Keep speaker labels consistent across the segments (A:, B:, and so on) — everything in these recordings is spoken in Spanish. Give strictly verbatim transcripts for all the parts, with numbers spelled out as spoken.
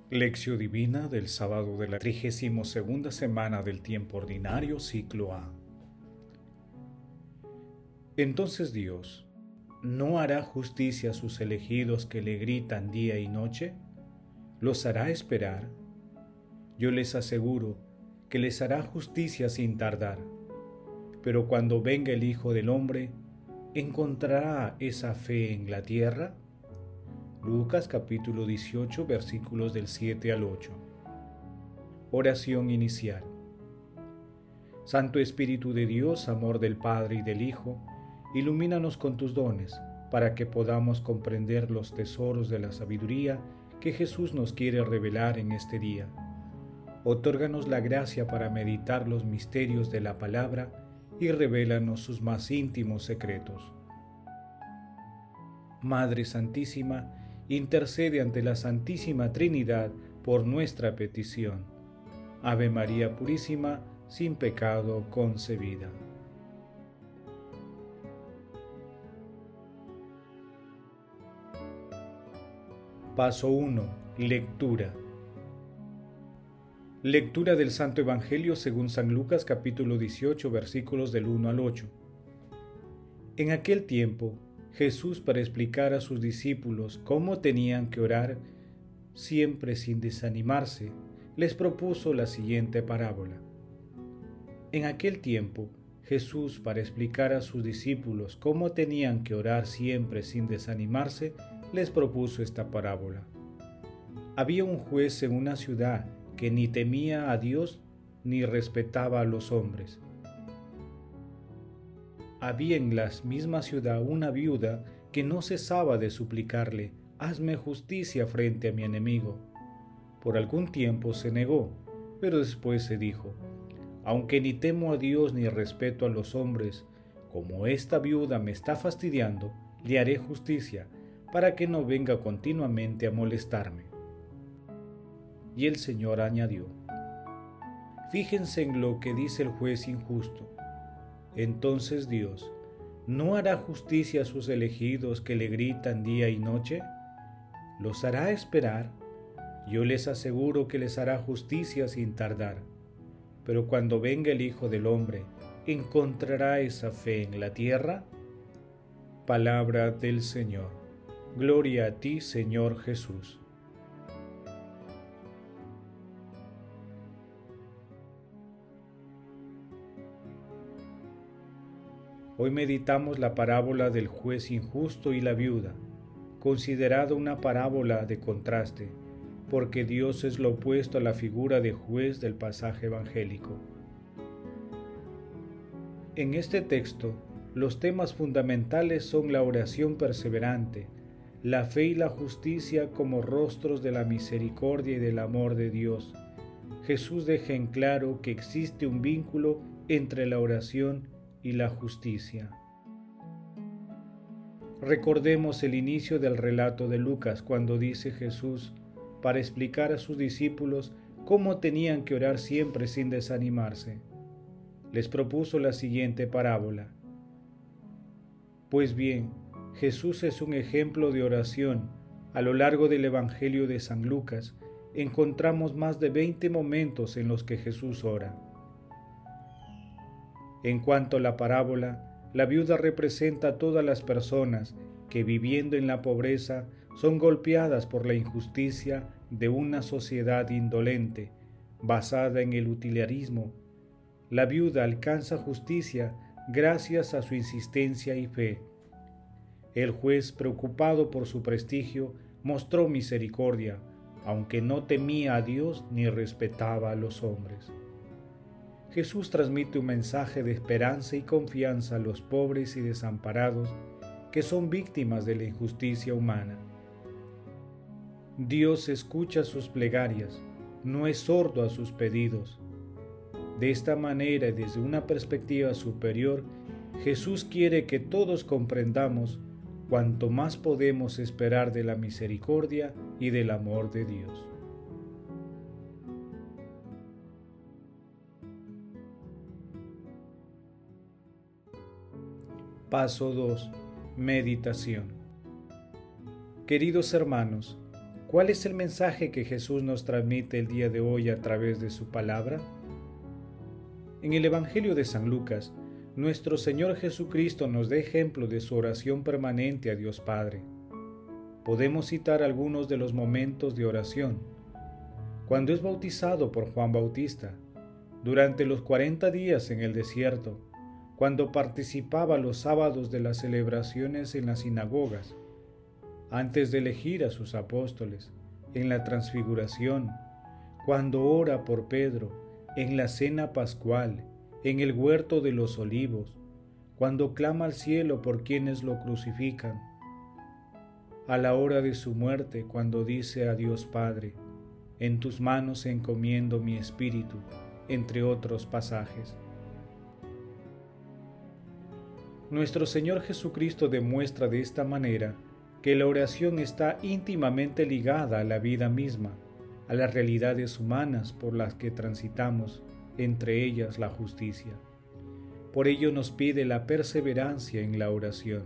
A: Lección Divina del sábado de la trigésima segunda semana del tiempo ordinario, ciclo A. Entonces Dios, ¿no hará justicia a sus elegidos que le gritan día y noche? ¿Los hará esperar? Yo les aseguro que les hará justicia sin tardar. Pero cuando venga el Hijo del Hombre, ¿encontrará esa fe en la tierra? Lucas capítulo dieciocho, versículos del siete al ocho. Oración inicial. Santo Espíritu de Dios, amor del Padre y del Hijo, ilumínanos con tus dones, para que podamos comprender los tesoros de la sabiduría que Jesús nos quiere revelar en este día. Otórganos la gracia para meditar los misterios de la palabra y revélanos sus más íntimos secretos. Madre Santísima, intercede ante la Santísima Trinidad por nuestra petición. Ave María Purísima, sin pecado concebida. Paso uno. Lectura. Lectura del Santo Evangelio según San Lucas capítulo dieciocho, versículos del uno al ocho. En aquel tiempo, Jesús, para explicar a sus discípulos cómo tenían que orar, siempre sin desanimarse, les propuso la siguiente parábola. En aquel tiempo, Jesús, para explicar a sus discípulos cómo tenían que orar siempre sin desanimarse, les propuso esta parábola. Había un juez en una ciudad que ni temía a Dios ni respetaba a los hombres. Había en la misma ciudad una viuda que no cesaba de suplicarle: «Hazme justicia frente a mi enemigo». Por algún tiempo se negó, pero después se dijo: «Aunque ni temo a Dios ni respeto a los hombres, como esta viuda me está fastidiando, le haré justicia, para que no venga continuamente a molestarme». Y el Señor añadió: «Fíjense en lo que dice el juez injusto. Entonces Dios, ¿no hará justicia a sus elegidos que le gritan día y noche? ¿Los hará esperar? Yo les aseguro que les hará justicia sin tardar. Pero cuando venga el Hijo del Hombre, ¿encontrará esa fe en la tierra?». Palabra del Señor. Gloria a ti, Señor Jesús. Hoy meditamos la parábola del juez injusto y la viuda, considerada una parábola de contraste, porque Dios es lo opuesto a la figura de juez del pasaje evangélico. En este texto, los temas fundamentales son la oración perseverante, la fe y la justicia como rostros de la misericordia y del amor de Dios. Jesús deja en claro que existe un vínculo entre la oración y la justicia. Recordemos el inicio del relato de Lucas cuando dice Jesús, para explicar a sus discípulos cómo tenían que orar siempre sin desanimarse. Les propuso la siguiente parábola. Pues bien, Jesús es un ejemplo de oración. A lo largo del Evangelio de San Lucas encontramos más de veinte momentos en los que Jesús ora. En cuanto a la parábola, la viuda representa a todas las personas que, viviendo en la pobreza, son golpeadas por la injusticia de una sociedad indolente, basada en el utilitarismo. La viuda alcanza justicia gracias a su insistencia y fe. El juez, preocupado por su prestigio, mostró misericordia, aunque no temía a Dios ni respetaba a los hombres. Jesús transmite un mensaje de esperanza y confianza a los pobres y desamparados que son víctimas de la injusticia humana. Dios escucha sus plegarias, no es sordo a sus pedidos. De esta manera y desde una perspectiva superior, Jesús quiere que todos comprendamos cuánto más podemos esperar de la misericordia y del amor de Dios. Paso dos. Meditación. Queridos hermanos, ¿Cuál es el mensaje que Jesús nos transmite el día de hoy a través de su palabra? En el Evangelio de San Lucas, nuestro Señor Jesucristo nos da ejemplo de su oración permanente a Dios Padre. Podemos citar algunos de los momentos de oración. Cuando es bautizado por Juan Bautista, durante los cuarenta días en el desierto, cuando participaba los sábados de las celebraciones en las sinagogas, antes de elegir a sus apóstoles, en la transfiguración, cuando ora por Pedro, en la cena pascual, en el huerto de los olivos, cuando clama al cielo por quienes lo crucifican, a la hora de su muerte, cuando dice a Dios Padre, en tus manos encomiendo mi espíritu, entre otros pasajes. Nuestro Señor Jesucristo demuestra de esta manera que la oración está íntimamente ligada a la vida misma, a las realidades humanas por las que transitamos, entre ellas la justicia. Por ello nos pide la perseverancia en la oración.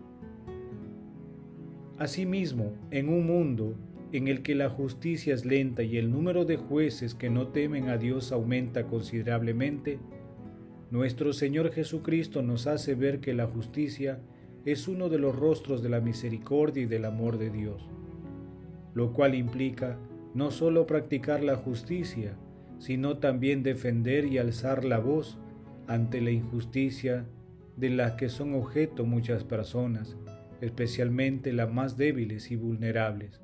A: Asimismo, en un mundo en el que la justicia es lenta y el número de jueces que no temen a Dios aumenta considerablemente, nuestro Señor Jesucristo nos hace ver que la justicia es uno de los rostros de la misericordia y del amor de Dios, lo cual implica no solo practicar la justicia, sino también defender y alzar la voz ante la injusticia de la que son objeto muchas personas, especialmente las más débiles y vulnerables.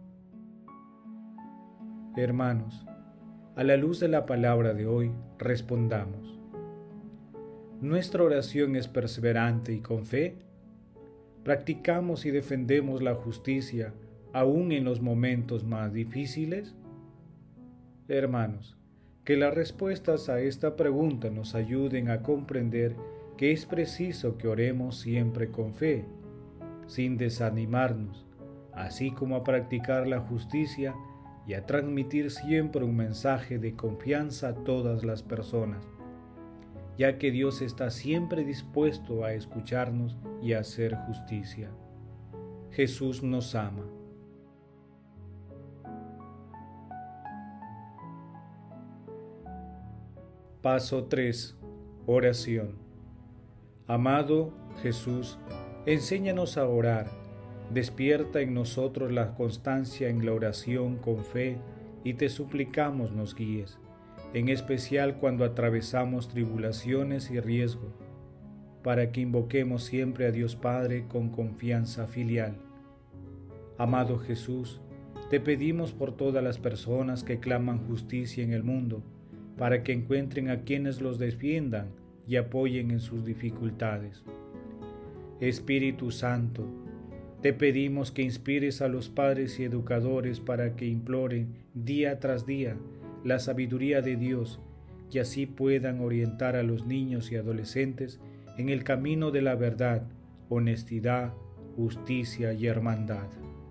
A: Hermanos, a la luz de la palabra de hoy, respondamos. ¿Nuestra oración es perseverante y con fe? ¿Practicamos y defendemos la justicia aún en los momentos más difíciles? Hermanos, que las respuestas a esta pregunta nos ayuden a comprender que es preciso que oremos siempre con fe, sin desanimarnos, así como a practicar la justicia y a transmitir siempre un mensaje de confianza a todas las personas, ya que Dios está siempre dispuesto a escucharnos y a hacer justicia. Jesús nos ama. Paso tres. Oración. Amado Jesús, enséñanos a orar. Despierta en nosotros la constancia en la oración con fe y te suplicamos nos guíes, en especial cuando atravesamos tribulaciones y riesgo, para que invoquemos siempre a Dios Padre con confianza filial. Amado Jesús, te pedimos por todas las personas que claman justicia en el mundo, para que encuentren a quienes los defiendan y apoyen en sus dificultades. Espíritu Santo, te pedimos que inspires a los padres y educadores para que imploren día tras día la sabiduría de Dios y así puedan orientar a los niños y adolescentes en el camino de la verdad, honestidad, justicia y hermandad.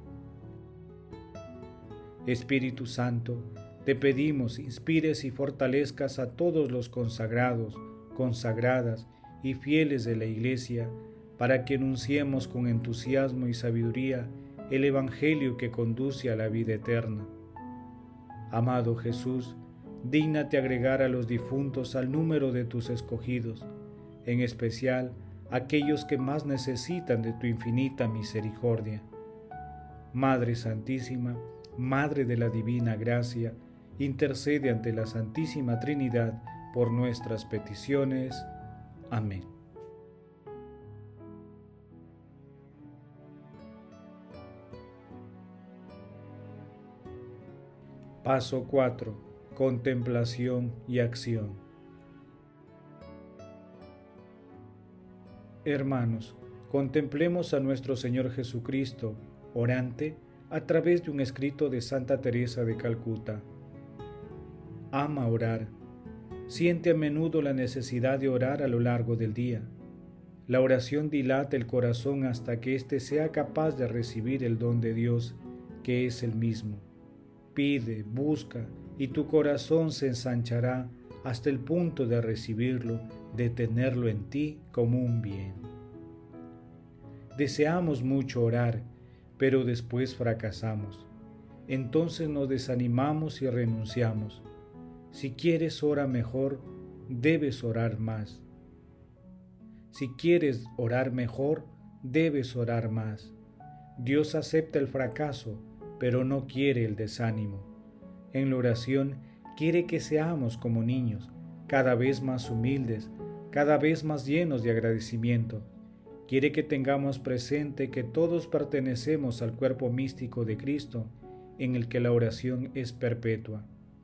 A: Espíritu Santo, te pedimos inspires y fortalezcas a todos los consagrados, consagradas y fieles de la Iglesia para que anunciemos con entusiasmo y sabiduría el Evangelio que conduce a la vida eterna. Amado Jesús, dígnate agregar a los difuntos al número de tus escogidos, en especial aquellos que más necesitan de tu infinita misericordia. Madre Santísima, Madre de la Divina Gracia, intercede ante la Santísima Trinidad por nuestras peticiones. Amén. Paso cuatro. Contemplación y acción. Hermanos, contemplemos a nuestro Señor Jesucristo, orante, a través de un escrito de Santa Teresa de Calcuta. Ama orar. Siente a menudo la necesidad de orar a lo largo del día. La oración dilata el corazón hasta que éste sea capaz de recibir el don de Dios, que es el mismo. Pide, busca, y tu corazón se ensanchará hasta el punto de recibirlo, de tenerlo en ti como un bien. Deseamos mucho orar, pero después fracasamos. entonces nos desanimamos y renunciamos. Si quieres orar mejor, debes orar más. Si quieres orar mejor, debes orar más. Dios acepta el fracaso, pero no quiere el desánimo. En la oración quiere que seamos como niños, cada vez más humildes, cada vez más llenos de agradecimiento. Quiere que tengamos presente que todos pertenecemos al cuerpo místico de Cristo, en el que la oración es perpetua.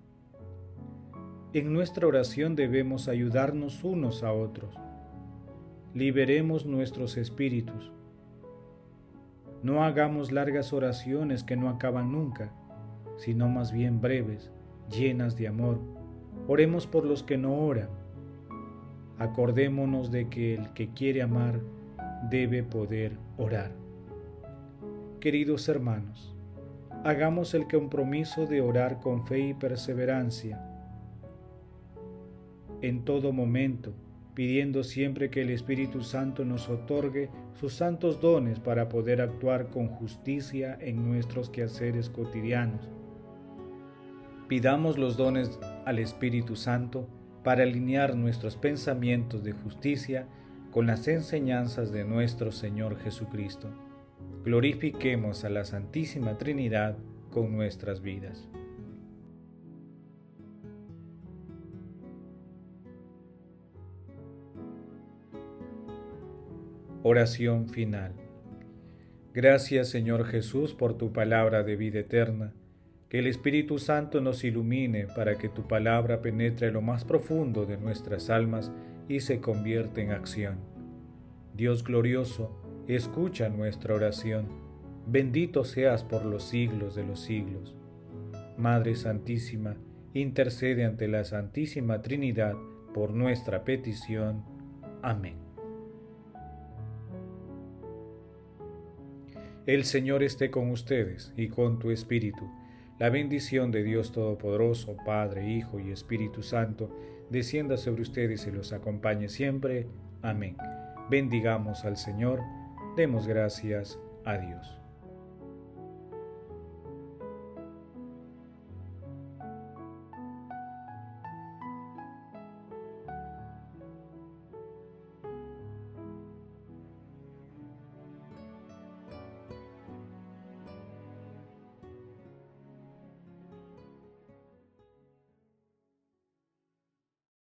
A: En nuestra oración debemos ayudarnos unos a otros. Liberemos nuestros espíritus. No hagamos largas oraciones que no acaban nunca, sino más bien breves, llenas de amor. Oremos por los que no oran. Acordémonos de que el que quiere amar debe poder orar. Queridos hermanos, hagamos el compromiso de orar con fe y perseverancia en todo momento, pidiendo siempre que el Espíritu Santo nos otorgue sus santos dones para poder actuar con justicia en nuestros quehaceres cotidianos. Pidamos los dones al Espíritu Santo para alinear nuestros pensamientos de justicia con las enseñanzas de nuestro Señor Jesucristo. Glorifiquemos a la Santísima Trinidad con nuestras vidas. Oración final. Gracias, Señor Jesús, por tu palabra de vida eterna. Que el Espíritu Santo nos ilumine para que tu palabra penetre lo más profundo de nuestras almas y se convierta en acción. Dios glorioso, escucha nuestra oración. Bendito seas por los siglos de los siglos. Madre Santísima, intercede ante la Santísima Trinidad por nuestra petición. Amén. El Señor esté con ustedes y con tu espíritu. La bendición de Dios Todopoderoso, Padre, Hijo y Espíritu Santo, descienda sobre ustedes y los acompañe siempre. Amén. Bendigamos al Señor. Demos gracias a Dios.